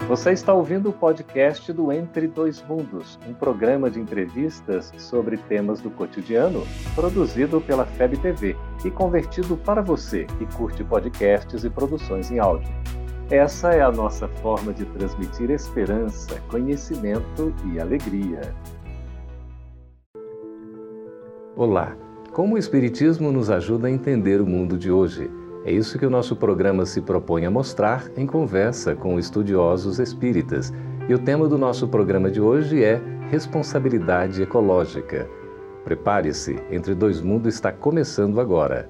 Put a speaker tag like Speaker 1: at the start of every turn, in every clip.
Speaker 1: Você está ouvindo o podcast do Entre Dois Mundos, um programa de entrevistas sobre temas do cotidiano, produzido pela FEB TV e convertido para você que curte podcasts e produções em áudio. Essa é a nossa forma de transmitir esperança, conhecimento e alegria. Olá! Como o Espiritismo nos ajuda a entender o mundo de hoje? É isso que o nosso programa se propõe a mostrar em conversa com estudiosos espíritas. E o tema do nosso programa de hoje é responsabilidade ecológica. Prepare-se, Entre Dois Mundos está começando agora.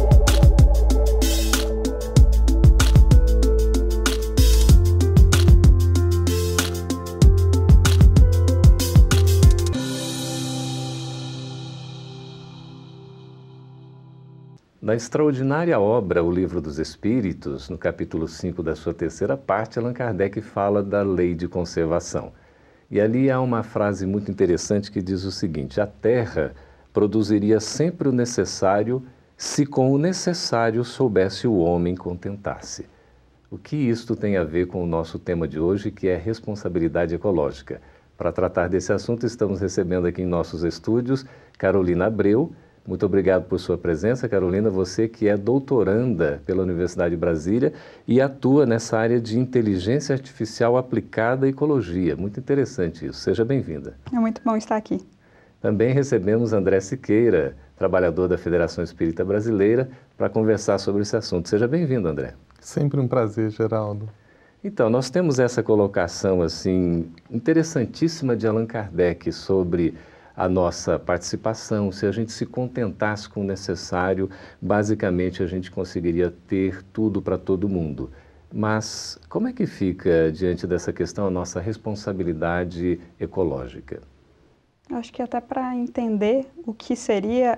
Speaker 1: Na extraordinária obra O Livro dos Espíritos, no capítulo 5 da sua terceira parte, Allan Kardec fala da lei de conservação. E ali há uma frase muito interessante que diz o seguinte: a Terra produziria sempre o necessário se com o necessário soubesse o homem contentar-se. O que isto tem a ver com o nosso tema de hoje, que é responsabilidade ecológica? Para tratar desse assunto, estamos recebendo aqui em nossos estúdios Carolina Abreu. Muito obrigado por sua presença, Carolina, você que é doutoranda pela Universidade de Brasília e atua nessa área de inteligência artificial aplicada à ecologia. Muito interessante isso. Seja bem-vinda.
Speaker 2: É muito bom estar aqui.
Speaker 1: Também recebemos André Siqueira, trabalhador da Federação Espírita Brasileira, para conversar sobre esse assunto. Seja bem-vindo, André.
Speaker 3: Sempre um prazer, Geraldo.
Speaker 1: Então, nós temos essa colocação assim interessantíssima de Allan Kardec sobre a nossa participação. Se a gente se contentasse com o necessário, basicamente a gente conseguiria ter tudo para todo mundo. Mas como é que fica, diante dessa questão, a nossa responsabilidade ecológica?
Speaker 2: Acho que até para entender o que seria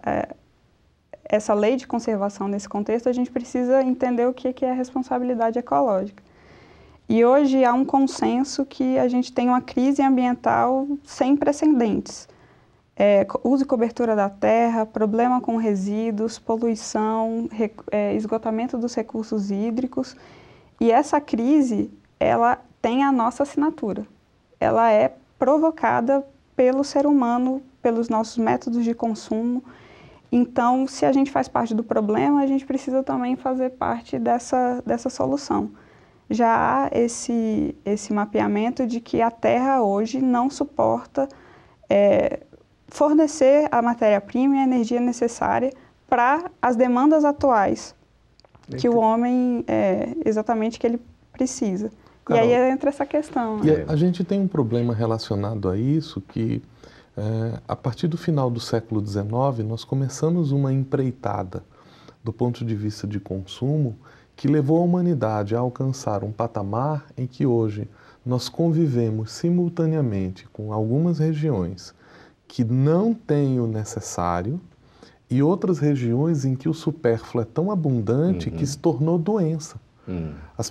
Speaker 2: essa lei de conservação nesse contexto, a gente precisa entender o que é a responsabilidade ecológica. E hoje há um consenso que a gente tem uma crise ambiental sem precedentes. Uso e cobertura da terra, problema com resíduos, poluição, esgotamento dos recursos hídricos. E essa crise, ela tem a nossa assinatura. Ela é provocada pelo ser humano, pelos nossos métodos de consumo. Então, se a gente faz parte do problema, a gente precisa também fazer parte dessa solução. Já há esse mapeamento de que a Terra hoje não suporta fornecer a matéria-prima e a energia necessária para as demandas atuais que o homem, exatamente, que ele precisa. Carol, e aí entra essa questão.
Speaker 3: E a gente tem um problema relacionado a isso que, a partir do final do século XIX, nós começamos uma empreitada do ponto de vista de consumo que levou a humanidade a alcançar um patamar em que hoje nós convivemos simultaneamente com algumas regiões que não têm o necessário e outras regiões em que o supérfluo é tão abundante que se tornou doença. As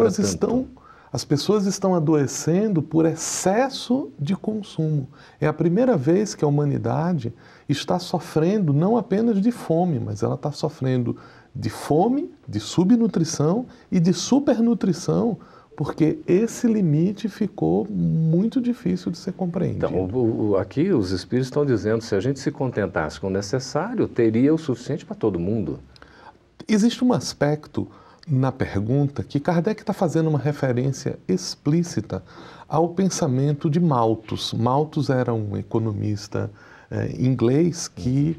Speaker 3: pessoas estão adoecendo por excesso de consumo. É a primeira vez que a humanidade está sofrendo não apenas de fome, mas ela está sofrendo de fome, de subnutrição e de supernutrição, porque esse limite ficou muito difícil de ser compreendido.
Speaker 1: Então, aqui os espíritos estão dizendo que se a gente se contentasse com o necessário, teria o suficiente para todo mundo.
Speaker 3: Existe um aspecto na pergunta que Kardec está fazendo uma referência explícita ao pensamento de Malthus. Malthus era um economista inglês que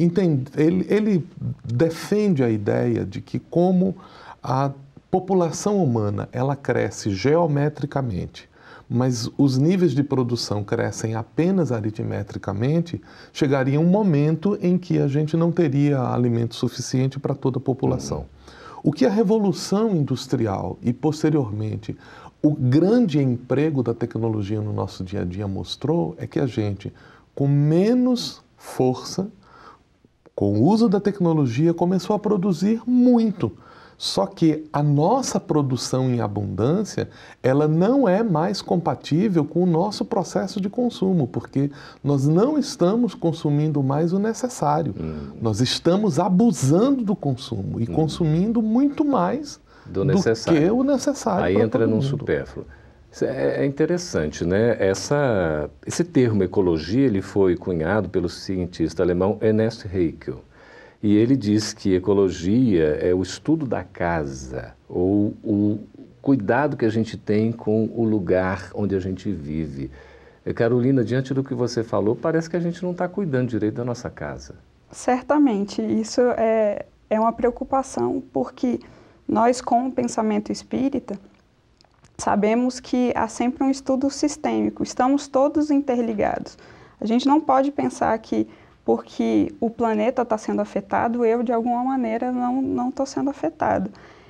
Speaker 3: ele defende a ideia de que como a população humana ela cresce geometricamente, mas os níveis de produção crescem apenas aritmetricamente, chegaria um momento em que a gente não teria alimento suficiente para toda a população. O que a Revolução Industrial e, posteriormente, o grande emprego da tecnologia no nosso dia a dia mostrou é que a gente, com menos força, com o uso da tecnologia, começou a produzir muito. Só que a nossa produção em abundância, ela não é mais compatível com o nosso processo de consumo, porque nós não estamos consumindo mais o necessário. Nós estamos abusando do consumo e consumindo muito mais
Speaker 1: do necessário.
Speaker 3: Que o necessário.
Speaker 1: Aí entra num supérfluo. É interessante, né? Esse termo ecologia ele foi cunhado pelo cientista alemão Ernst Haeckel. E ele diz que ecologia é o estudo da casa, ou o cuidado que a gente tem com o lugar onde a gente vive. Carolina, diante do que você falou, parece que a gente não está cuidando direito da nossa casa.
Speaker 2: Certamente, isso é uma preocupação, porque nós, com o pensamento espírita, sabemos que há sempre um estudo sistêmico, estamos todos interligados. A gente não pode pensar que, porque o planeta está sendo afetado, eu, de alguma maneira, não estou sendo afetado.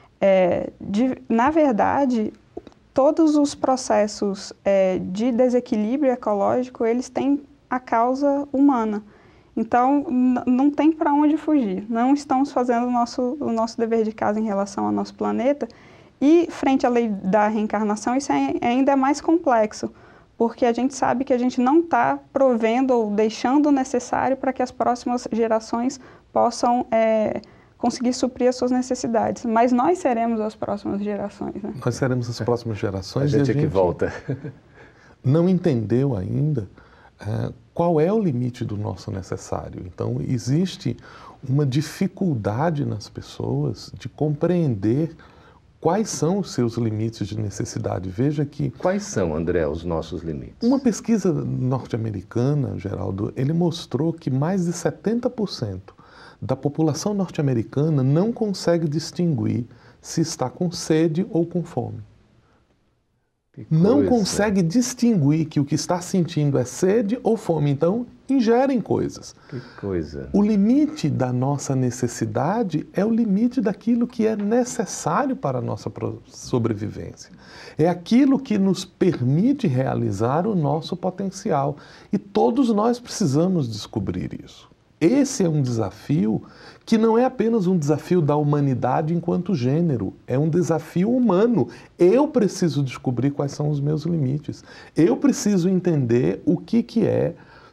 Speaker 2: Na verdade, todos os processos de desequilíbrio ecológico, eles têm a causa humana. Então, não tem para onde fugir. Não estamos fazendo o nosso dever de casa em relação ao nosso planeta. E, frente à lei da reencarnação, isso ainda é mais complexo, porque a gente sabe que a gente não está provendo ou deixando o necessário para que as próximas gerações possam conseguir suprir as suas necessidades. Mas nós seremos as próximas gerações, né?
Speaker 3: Nós seremos as próximas gerações.
Speaker 1: A gente é que volta.
Speaker 3: Não entendeu ainda qual é o limite do nosso necessário. Então, existe uma dificuldade nas pessoas de compreender quais são os seus limites de necessidade. Veja que...
Speaker 1: Quais são, André, os nossos limites?
Speaker 3: Uma pesquisa norte-americana, Geraldo, ele mostrou que mais de 70% da população norte-americana não consegue distinguir se está com sede ou com fome. Não consegue distinguir que o que está sentindo é sede ou fome. Então, ingerem coisas.
Speaker 1: Que coisa.
Speaker 3: O limite da nossa necessidade é o limite daquilo que é necessário para a nossa sobrevivência. É aquilo que nos permite realizar o nosso potencial. E todos nós precisamos descobrir isso. Esse é um desafio que não é apenas um desafio da humanidade enquanto gênero, é um desafio humano. Eu preciso descobrir quais são os meus limites. Eu preciso entender o que é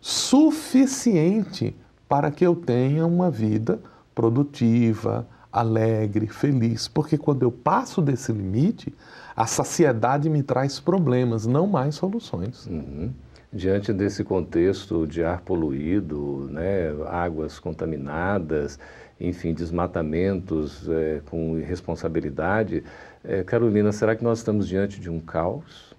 Speaker 3: suficiente para que eu tenha uma vida produtiva, alegre, feliz. Porque quando eu passo desse limite, a saciedade me traz problemas, não mais soluções.
Speaker 1: Uhum. Diante desse contexto de ar poluído, né, águas contaminadas, enfim, desmatamentos com irresponsabilidade, Carolina, será que nós estamos diante de um caos?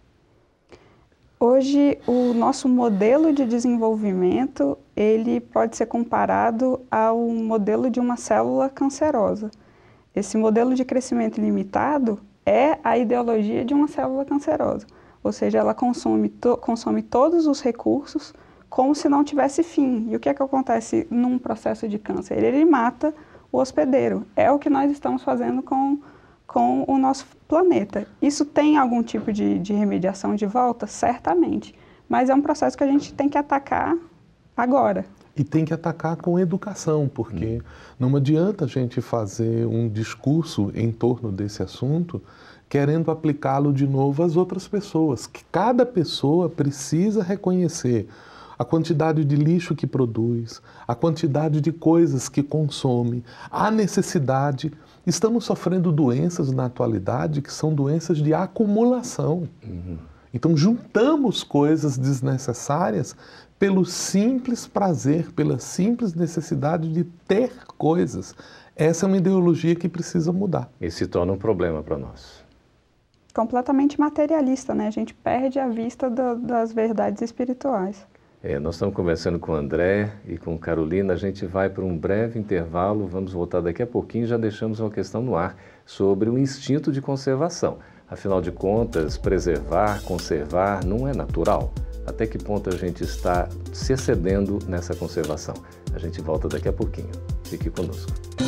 Speaker 2: Hoje, o nosso modelo de desenvolvimento, ele pode ser comparado ao modelo de uma célula cancerosa. Esse modelo de crescimento ilimitado é a ideologia de uma célula cancerosa. Ou seja, ela consome todos os recursos como se não tivesse fim. E o que é que acontece num processo de câncer? Ele mata o hospedeiro. É o que nós estamos fazendo com o nosso planeta. Isso tem algum tipo de remediação de volta? Certamente. Mas é um processo que a gente tem que atacar agora.
Speaker 3: E tem que atacar com educação, porque não adianta a gente fazer um discurso em torno desse assunto querendo aplicá-lo de novo às outras pessoas. Que cada pessoa precisa reconhecer a quantidade de lixo que produz, a quantidade de coisas que consome, a necessidade. Estamos sofrendo doenças na atualidade que são doenças de acumulação. Então juntamos coisas desnecessárias pelo simples prazer, pela simples necessidade de ter coisas. Essa é uma ideologia que precisa mudar.
Speaker 1: E se torna um problema para nós.
Speaker 2: Completamente materialista, né? A gente perde a vista das verdades espirituais.
Speaker 1: Nós estamos conversando com o André e com Carolina. A gente vai para um breve intervalo, vamos voltar daqui a pouquinho. Já deixamos uma questão no ar sobre o instinto de conservação. Afinal de contas, preservar, conservar não é natural. Até que ponto a gente está se excedendo nessa conservação? A gente volta daqui a pouquinho. Fique conosco.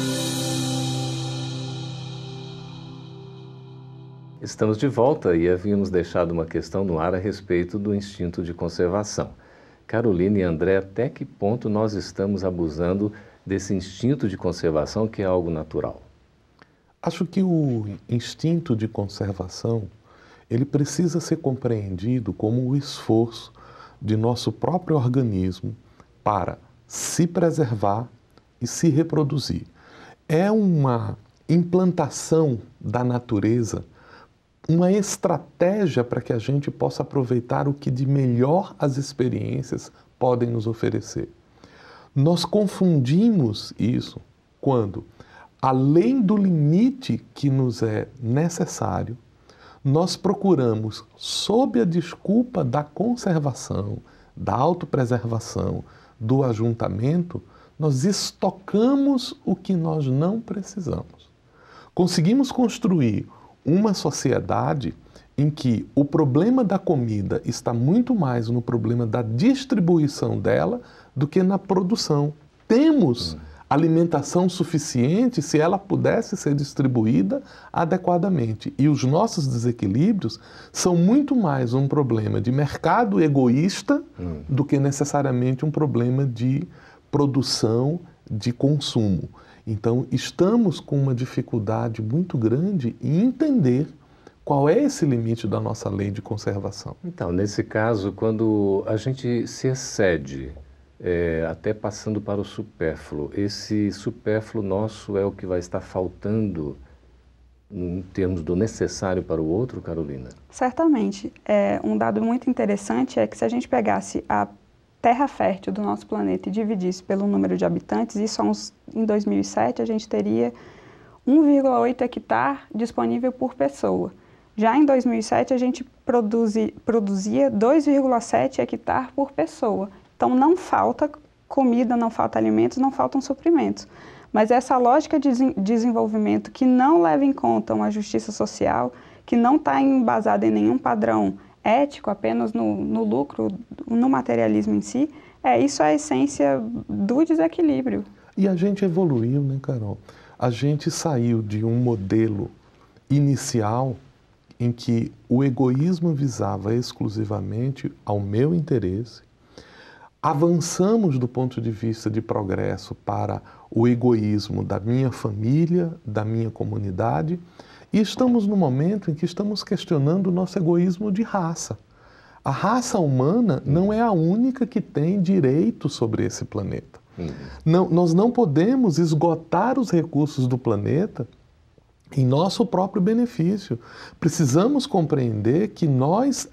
Speaker 1: Estamos de volta e havíamos deixado uma questão no ar a respeito do instinto de conservação. Carolina e André, até que ponto nós estamos abusando desse instinto de conservação que é algo natural?
Speaker 3: Acho que o instinto de conservação, ele precisa ser compreendido como o esforço de nosso próprio organismo para se preservar e se reproduzir. É uma implantação da natureza, uma estratégia para que a gente possa aproveitar o que de melhor as experiências podem nos oferecer. Nós confundimos isso quando, além do limite que nos é necessário, nós procuramos, sob a desculpa da conservação, da autopreservação, do ajuntamento, nós estocamos o que nós não precisamos. Conseguimos construir uma sociedade em que o problema da comida está muito mais no problema da distribuição dela do que na produção. Temos alimentação suficiente se ela pudesse ser distribuída adequadamente. E os nossos desequilíbrios são muito mais um problema de mercado egoísta do que necessariamente um problema de produção, de consumo. Então, estamos com uma dificuldade muito grande em entender qual é esse limite da nossa lei de conservação.
Speaker 1: Então, nesse caso, quando a gente se excede, até passando para o supérfluo, esse supérfluo nosso é o que vai estar faltando em termos do necessário para o outro, Carolina?
Speaker 2: Certamente. Um dado muito interessante é que se a gente pegasse a terra fértil do nosso planeta e dividisse pelo número de habitantes, em 2007 a gente teria 1,8 hectare disponível por pessoa. Já em 2007 a gente produzia 2,7 hectare por pessoa. Então não falta comida, não falta alimentos, não faltam suprimentos. Mas essa lógica de desenvolvimento que não leva em conta uma justiça social, que não está embasada em nenhum padrão ético, apenas no lucro, no materialismo em si, isso é a essência do desequilíbrio.
Speaker 3: E a gente evoluiu, né, Carol? A gente saiu de um modelo inicial em que o egoísmo visava exclusivamente ao meu interesse. Avançamos do ponto de vista de progresso para o egoísmo da minha família, da minha comunidade, e estamos no momento em que estamos questionando o nosso egoísmo de raça. A raça humana não é a única que tem direito sobre esse planeta. Nós não podemos esgotar os recursos do planeta em nosso próprio benefício. Precisamos compreender que nós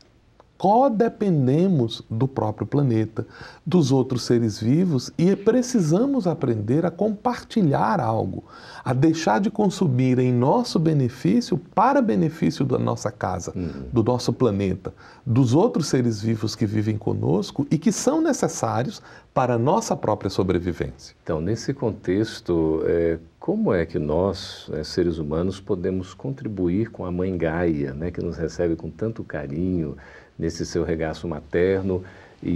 Speaker 3: codependemos do próprio planeta, dos outros seres vivos, e precisamos aprender a compartilhar algo, a deixar de consumir em nosso benefício para benefício da nossa casa, do nosso planeta, dos outros seres vivos que vivem conosco e que são necessários para a nossa própria sobrevivência.
Speaker 1: Então, nesse contexto, como é que nós, seres humanos, podemos contribuir com a Mãe Gaia, né, que nos recebe com tanto carinho, nesse seu regaço materno,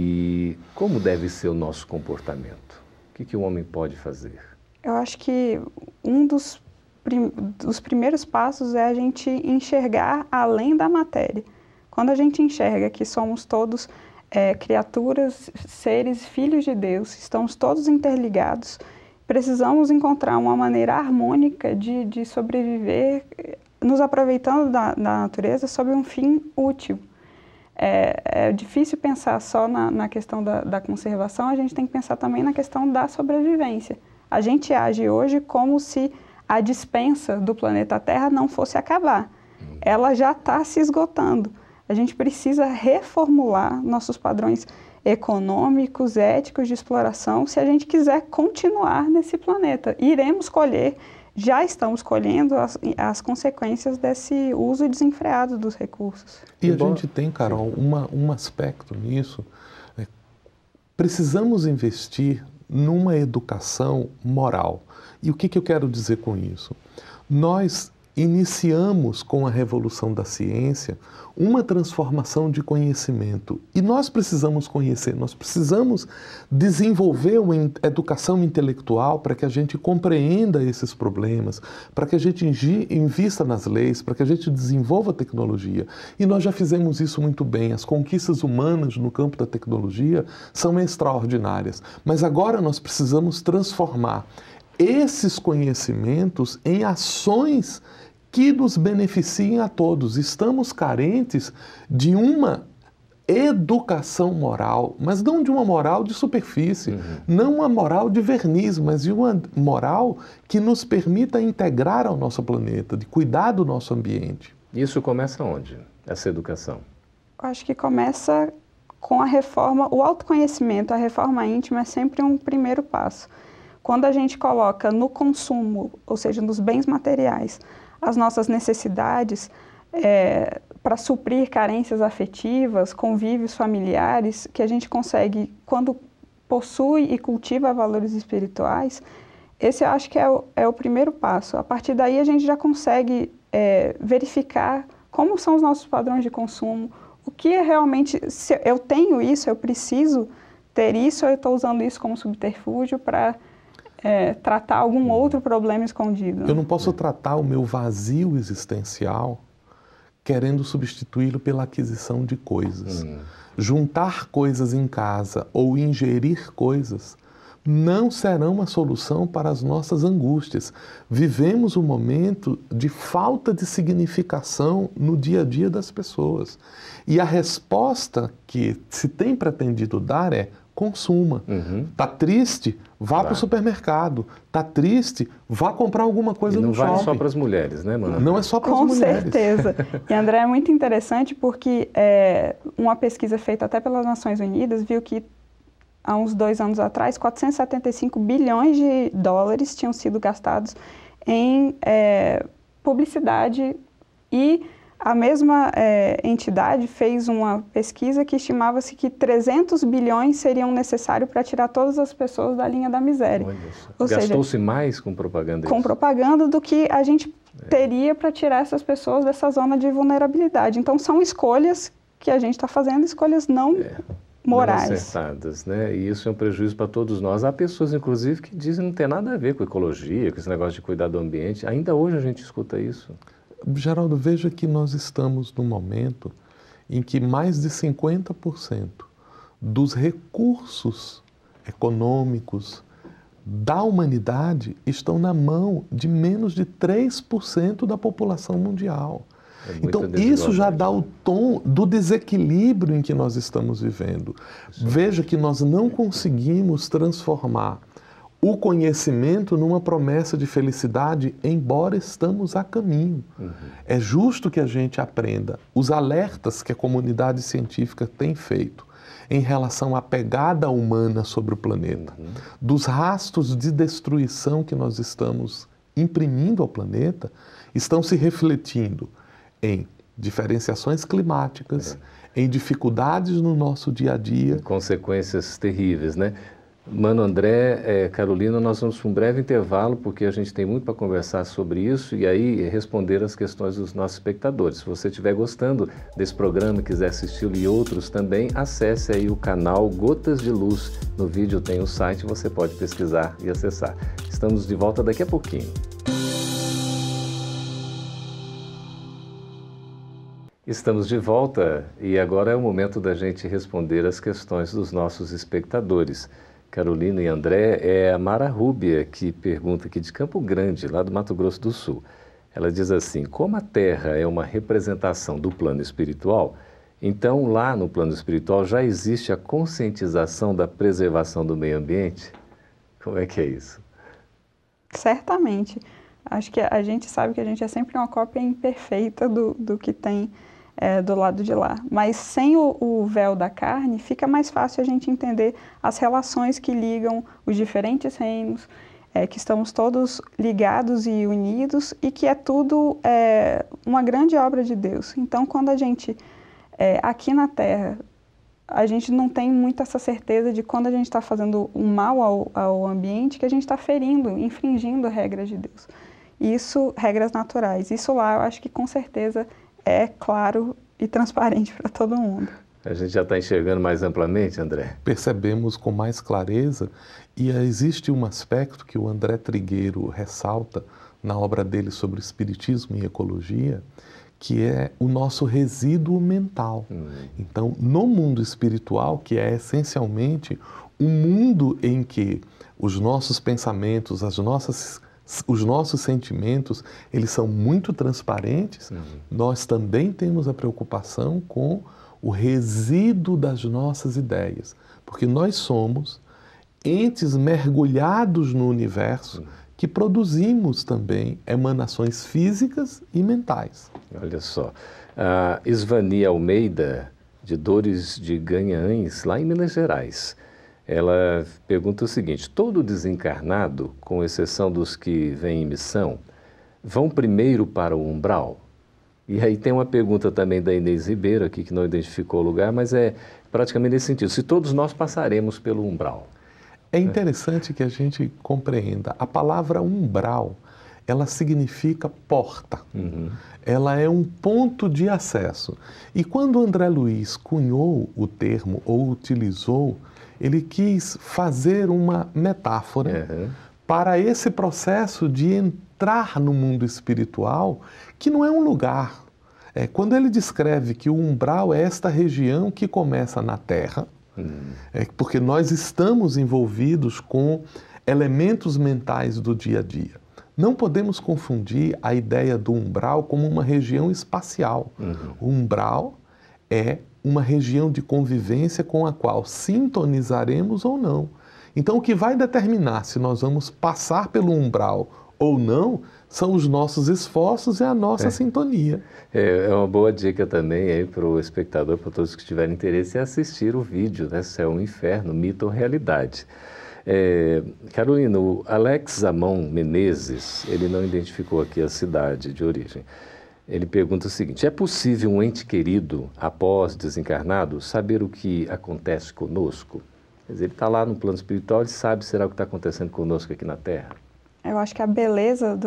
Speaker 1: e como deve ser o nosso comportamento? O que o homem pode fazer?
Speaker 2: Eu acho que um dos primeiros passos é a gente enxergar além da matéria. Quando a gente enxerga que somos todos criaturas, seres, filhos de Deus, estamos todos interligados, precisamos encontrar uma maneira harmônica de sobreviver, nos aproveitando da natureza sob um fim útil. É difícil pensar só na questão da conservação, a gente tem que pensar também na questão da sobrevivência. A gente age hoje como se a dispensa do planeta Terra não fosse acabar. Ela já está se esgotando. A gente precisa reformular nossos padrões econômicos, éticos de exploração, se a gente quiser continuar nesse planeta. Iremos colher, já estamos colhendo as consequências desse uso desenfreado dos recursos.
Speaker 3: E a gente tem, Carol, um aspecto nisso. Precisamos investir numa educação moral. E o que eu quero dizer com isso? Nós iniciamos com a revolução da ciência uma transformação de conhecimento. E nós precisamos conhecer, nós precisamos desenvolver uma educação intelectual para que a gente compreenda esses problemas, para que a gente invista nas leis, para que a gente desenvolva a tecnologia. E nós já fizemos isso muito bem. As conquistas humanas no campo da tecnologia são extraordinárias. Mas agora nós precisamos transformar esses conhecimentos em ações que nos beneficiem a todos. Estamos carentes de uma educação moral, mas não de uma moral de superfície, não uma moral de verniz, mas de uma moral que nos permita integrar ao nosso planeta, de cuidar do nosso ambiente.
Speaker 1: Isso começa onde, essa educação?
Speaker 2: Eu acho que começa com a reforma, o autoconhecimento, a reforma íntima é sempre um primeiro passo. Quando a gente coloca no consumo, ou seja, nos bens materiais, as nossas necessidades, para suprir carências afetivas, convívios familiares, que a gente consegue, quando possui e cultiva valores espirituais, esse eu acho que é o primeiro passo. A partir daí a gente já consegue verificar como são os nossos padrões de consumo, o que é realmente, se eu tenho isso, eu preciso ter isso, ou eu estou usando isso como subterfúgio para tratar algum outro problema escondido.
Speaker 3: Eu não posso tratar o meu vazio existencial querendo substituí-lo pela aquisição de coisas. Juntar coisas em casa ou ingerir coisas não serão uma solução para as nossas angústias. Vivemos um momento de falta de significação no dia a dia das pessoas. E a resposta que se tem pretendido dar é: consuma. Tá triste? Vá para o supermercado. Tá triste? Vá comprar alguma coisa no shopping.
Speaker 1: Não vai só para as mulheres, né, Mano?
Speaker 3: Não é só para as mulheres.
Speaker 2: Com certeza. E, André, é muito interessante porque uma pesquisa feita até pelas Nações Unidas viu que há uns 2 anos atrás, 475 bilhões de dólares tinham sido gastados em publicidade, e a mesma entidade fez uma pesquisa que estimava-se que 300 bilhões seriam necessários para tirar todas as pessoas da linha da miséria.
Speaker 1: Gastou-se mais com propaganda?
Speaker 2: Com propaganda do que a gente teria para tirar essas pessoas dessa zona de vulnerabilidade. Então, são escolhas que a gente está fazendo, escolhas não morais.
Speaker 1: Não acertadas, né? E isso é um prejuízo para todos nós. Há pessoas, inclusive, que dizem que não tem nada a ver com ecologia, com esse negócio de cuidar do ambiente. Ainda hoje a gente escuta isso.
Speaker 3: Geraldo, veja que nós estamos num momento em que mais de 50% dos recursos econômicos da humanidade estão na mão de menos de 3% da população mundial. Então, isso já dá o tom do desequilíbrio em que nós estamos vivendo. Veja que nós não conseguimos transformar o conhecimento numa promessa de felicidade, embora estamos a caminho. É justo que a gente aprenda os alertas que a comunidade científica tem feito em relação à pegada humana sobre o planeta, dos rastros de destruição que nós estamos imprimindo ao planeta, estão se refletindo em diferenciações climáticas, em dificuldades no nosso dia a dia.
Speaker 1: Consequências terríveis, né? Mano André, Carolina, nós vamos para um breve intervalo, porque a gente tem muito para conversar sobre isso e aí responder as questões dos nossos espectadores. Se você estiver gostando desse programa e quiser assisti-lo e outros também, acesse aí o canal Gotas de Luz. No vídeo tem o site, você pode pesquisar e acessar. Estamos de volta daqui a pouquinho. Estamos de volta e agora é o momento da gente responder as questões dos nossos espectadores. Carolina e André, é a Mara Rúbia que pergunta aqui de Campo Grande, lá do Mato Grosso do Sul. Ela diz assim: como a Terra é uma representação do plano espiritual, então lá no plano espiritual já existe a conscientização da preservação do meio ambiente? Como é que é isso?
Speaker 2: Certamente. Acho que a gente sabe que a gente é sempre uma cópia imperfeita do que tem do lado de lá. Mas sem o véu da carne, fica mais fácil a gente entender as relações que ligam os diferentes reinos, que estamos todos ligados e unidos e que é tudo uma grande obra de Deus. Então, quando a gente, aqui na Terra, a gente não tem muito essa certeza de quando a gente está fazendo um mal ao ambiente, que a gente está ferindo, infringindo regras de Deus. Isso, regras naturais. Isso lá, eu acho que com certeza é claro e transparente para todo mundo.
Speaker 1: A gente já está enxergando mais amplamente, André?
Speaker 3: Percebemos com mais clareza e existe um aspecto que o André Trigueiro ressalta na obra dele sobre espiritismo e ecologia, que é o nosso resíduo mental. Então, no mundo espiritual, que é essencialmente um mundo em que os nossos pensamentos, os nossos sentimentos, eles são muito transparentes, nós também temos a preocupação com o resíduo das nossas ideias, porque nós somos entes mergulhados no universo que produzimos também emanações físicas e mentais.
Speaker 1: Olha só, a Isvani Almeida, de Dores de Ganhães, lá em Minas Gerais, ela pergunta o seguinte: todo desencarnado, com exceção dos que vêm em missão, vão primeiro para o umbral? E aí tem uma pergunta também da Inês Ribeiro aqui, que não identificou o lugar, mas é praticamente nesse sentido: se todos nós passaremos pelo umbral.
Speaker 3: É interessante que a gente compreenda, a palavra umbral, ela significa porta, ela é um ponto de acesso. E quando André Luiz cunhou o termo, ou utilizou, ele quis fazer uma metáfora para esse processo de entrar no mundo espiritual, que não é um lugar. Quando ele descreve que o umbral é esta região que começa na Terra, porque nós estamos envolvidos com elementos mentais do dia a dia. Não podemos confundir a ideia do umbral como uma região espacial. O umbral é uma região de convivência com a qual sintonizaremos ou não. Então, o que vai determinar se nós vamos passar pelo umbral ou não são os nossos esforços e a nossa sintonia.
Speaker 1: É uma boa dica também aí para o espectador, para todos que tiverem interesse, é assistir o vídeo, né? Céu ou Inferno, Mito ou Realidade. Carolina, o Alex Amon Menezes, ele não identificou aqui a cidade de origem. Ele pergunta o seguinte: é possível um ente querido, após desencarnado, saber o que acontece conosco? Quer dizer, ele está lá no plano espiritual, ele sabe, será o que está acontecendo conosco aqui na Terra?
Speaker 2: Eu acho que a beleza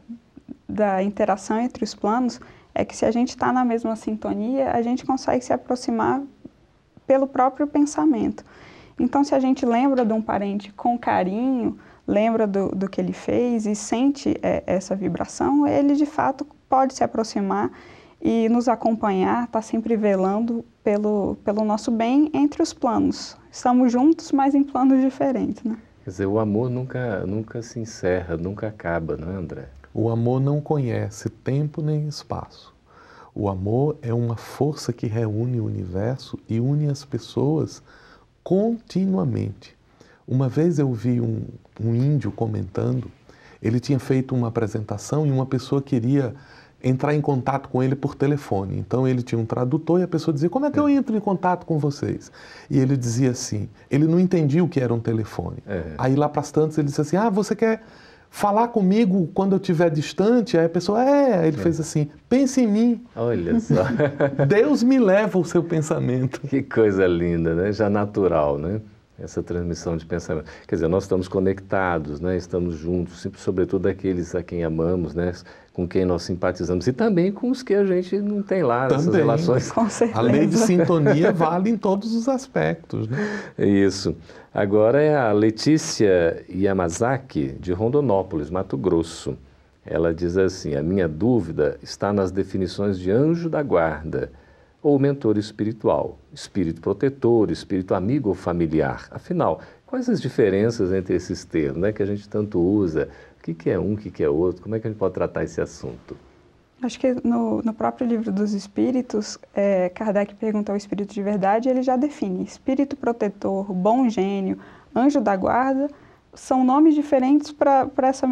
Speaker 2: da interação entre os planos é que, se a gente está na mesma sintonia, a gente consegue se aproximar pelo próprio pensamento. Então, se a gente lembra de um parente com carinho, lembra do que ele fez e sente essa vibração, ele de fato pode se aproximar e nos acompanhar, está sempre velando pelo nosso bem entre os planos. Estamos juntos, mas em planos diferentes, né?
Speaker 1: Quer dizer, o amor nunca se encerra, nunca acaba, não é, André?
Speaker 3: O amor não conhece tempo nem espaço. O amor é uma força que reúne o universo e une as pessoas continuamente. Uma vez eu vi um índio comentando, ele tinha feito uma apresentação e uma pessoa queria entrar em contato com ele por telefone. Então ele tinha um tradutor e a pessoa dizia: como é que eu entro em contato com vocês? E ele dizia assim, ele não entendia o que era um telefone. Aí lá para as tantas ele disse assim: você quer falar comigo quando eu estiver distante? Aí a pessoa, ele fez assim: pense em mim.
Speaker 1: Olha só.
Speaker 3: Deus me leva o seu pensamento.
Speaker 1: Que coisa linda, né? Já natural, né? Essa transmissão de pensamento. Quer dizer, nós estamos conectados, né? Estamos juntos, sobretudo aqueles a quem amamos, né? Com quem nós simpatizamos e também com os que a gente não tem lá, essas relações.
Speaker 2: Com certeza.
Speaker 3: A lei de sintonia vale em todos os aspectos, né?
Speaker 1: Isso. Agora é a Letícia Yamazaki, de Rondonópolis, Mato Grosso. Ela diz assim: a minha dúvida está nas definições de anjo da guarda ou mentor espiritual, espírito protetor, espírito amigo ou familiar. Afinal, quais as diferenças entre esses termos, né, que a gente tanto usa? O que é um, o que é outro? Como é que a gente pode tratar esse assunto?
Speaker 2: Acho que no próprio Livro dos Espíritos, Kardec pergunta ao Espírito de Verdade, ele já define: espírito protetor, bom gênio, anjo da guarda, são nomes diferentes para essa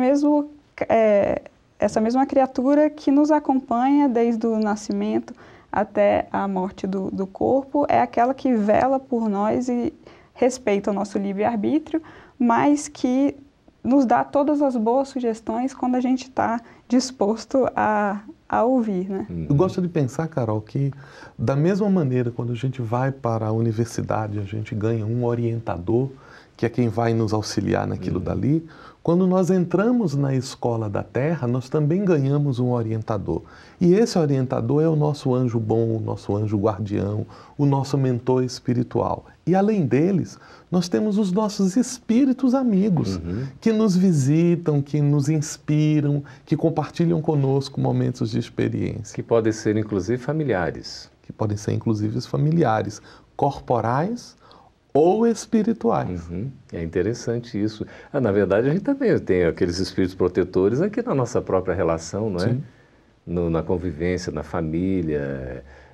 Speaker 2: mesma criatura que nos acompanha desde o nascimento até a morte do corpo. É aquela que vela por nós e respeita o nosso livre-arbítrio, mas que nos dá todas as boas sugestões quando a gente está disposto a ouvir, né?
Speaker 3: Eu gosto de pensar, Carol, que da mesma maneira, quando a gente vai para a universidade, a gente ganha um orientador, que é quem vai nos auxiliar naquilo dali. Quando nós entramos na escola da Terra, nós também ganhamos um orientador. E esse orientador é o nosso anjo bom, o nosso anjo guardião, o nosso mentor espiritual. E além deles, nós temos os nossos espíritos amigos, que nos visitam, que nos inspiram, que compartilham conosco momentos de experiência.
Speaker 1: Que podem ser, inclusive, familiares.
Speaker 3: Que podem ser, inclusive, familiares, corporais ou espirituais.
Speaker 1: É interessante isso. Na verdade, a gente também tem aqueles espíritos protetores aqui na nossa própria relação, não é?
Speaker 3: Sim.
Speaker 1: Na convivência, na família.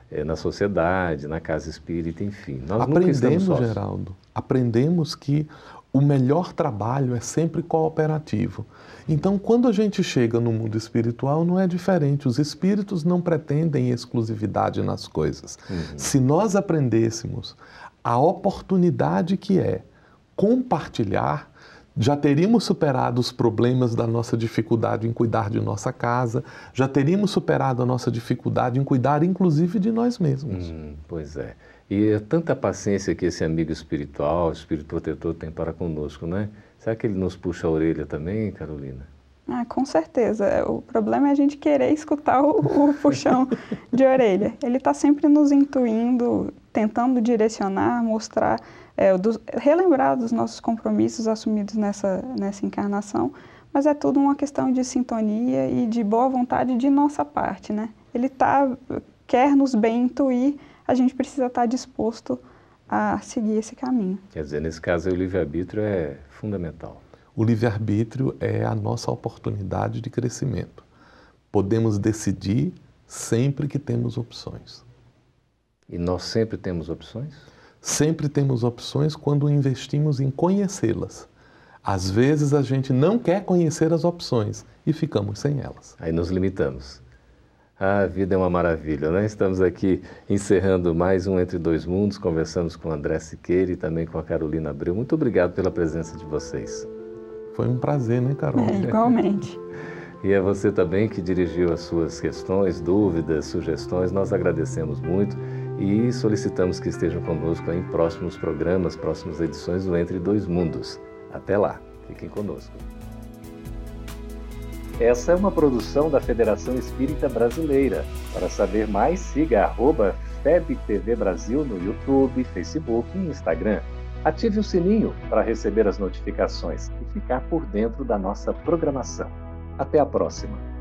Speaker 1: na sociedade, na casa espírita, enfim. Nós
Speaker 3: aprendemos, Geraldo, aprendemos que o melhor trabalho é sempre cooperativo. Então, quando a gente chega no mundo espiritual, não é diferente. Os espíritos não pretendem exclusividade nas coisas. Se nós aprendêssemos a oportunidade que é compartilhar, já teríamos superado os problemas da nossa dificuldade em cuidar de nossa casa, já teríamos superado a nossa dificuldade em cuidar, inclusive, de nós mesmos.
Speaker 1: Pois é. E é tanta paciência que esse amigo espiritual, espírito protetor, tem para conosco, né? Será que ele nos puxa a orelha também, Carolina?
Speaker 2: Com certeza. O problema é a gente querer escutar o puxão de orelha. Ele está sempre nos intuindo, tentando direcionar, mostrar, relembrar dos nossos compromissos assumidos nessa encarnação, mas é tudo uma questão de sintonia e de boa vontade de nossa parte, né? Ele quer nos bem intuir, a gente precisa estar disposto a seguir esse caminho.
Speaker 1: Quer dizer, nesse caso, o livre-arbítrio é fundamental.
Speaker 3: O livre-arbítrio é a nossa oportunidade de crescimento. Podemos decidir sempre que temos opções.
Speaker 1: E nós sempre temos opções?
Speaker 3: Sempre temos opções quando investimos em conhecê-las. Às vezes a gente não quer conhecer as opções e ficamos sem elas.
Speaker 1: Aí nos limitamos. A vida é uma maravilha, né? Estamos aqui encerrando mais um Entre Dois Mundos, conversamos com o André Siqueira e também com a Carolina Abreu. Muito obrigado pela presença de vocês.
Speaker 3: Foi um prazer, né, Carol?
Speaker 2: Igualmente.
Speaker 1: E a você também que dirigiu as suas questões, dúvidas, sugestões, nós agradecemos muito e solicitamos que estejam conosco em próximos programas, próximas edições do Entre Dois Mundos. Até lá, fiquem conosco. Essa é uma produção da Federação Espírita Brasileira. Para saber mais, siga @FebTV Brasil no YouTube, Facebook e Instagram. Ative o sininho para receber as notificações e ficar por dentro da nossa programação. Até a próxima!